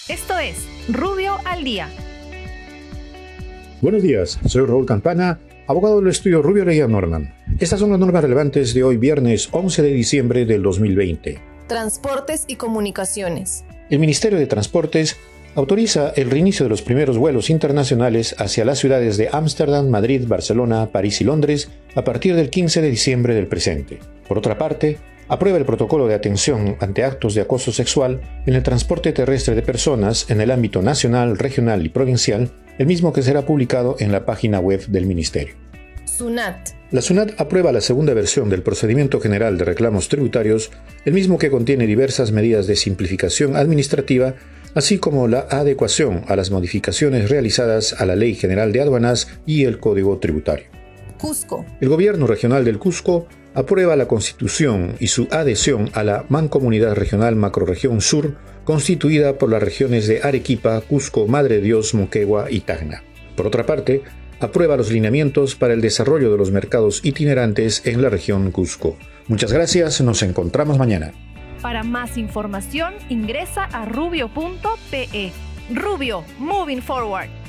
Esto es Rubio al Día. Buenos días, soy Raúl Campana, abogado del estudio Rubio Leguía Norman. Estas son las normas relevantes de hoy, viernes 11 de diciembre del 2020. Transportes y comunicaciones. El Ministerio de Transportes autoriza el reinicio de los primeros vuelos internacionales hacia las ciudades de Ámsterdam, Madrid, Barcelona, París y Londres a partir del 15 de diciembre del presente. Por otra parte, aprueba el protocolo de atención ante actos de acoso sexual en el transporte terrestre de personas en el ámbito nacional, regional y provincial, el mismo que será publicado en la página web del Ministerio. SUNAT. La SUNAT aprueba la segunda versión del Procedimiento General de Reclamos Tributarios, el mismo que contiene diversas medidas de simplificación administrativa, así como la adecuación a las modificaciones realizadas a la Ley General de Aduanas y el Código Tributario. Cusco. El Gobierno Regional del Cusco aprueba la constitución y su adhesión a la Mancomunidad Regional Macrorregión Sur, constituida por las regiones de Arequipa, Cusco, Madre de Dios, Moquegua y Tacna. Por otra parte, aprueba los lineamientos para el desarrollo de los mercados itinerantes en la región Cusco. Muchas gracias, nos encontramos mañana. Para más información, ingresa a rubio.pe. Rubio, moving forward.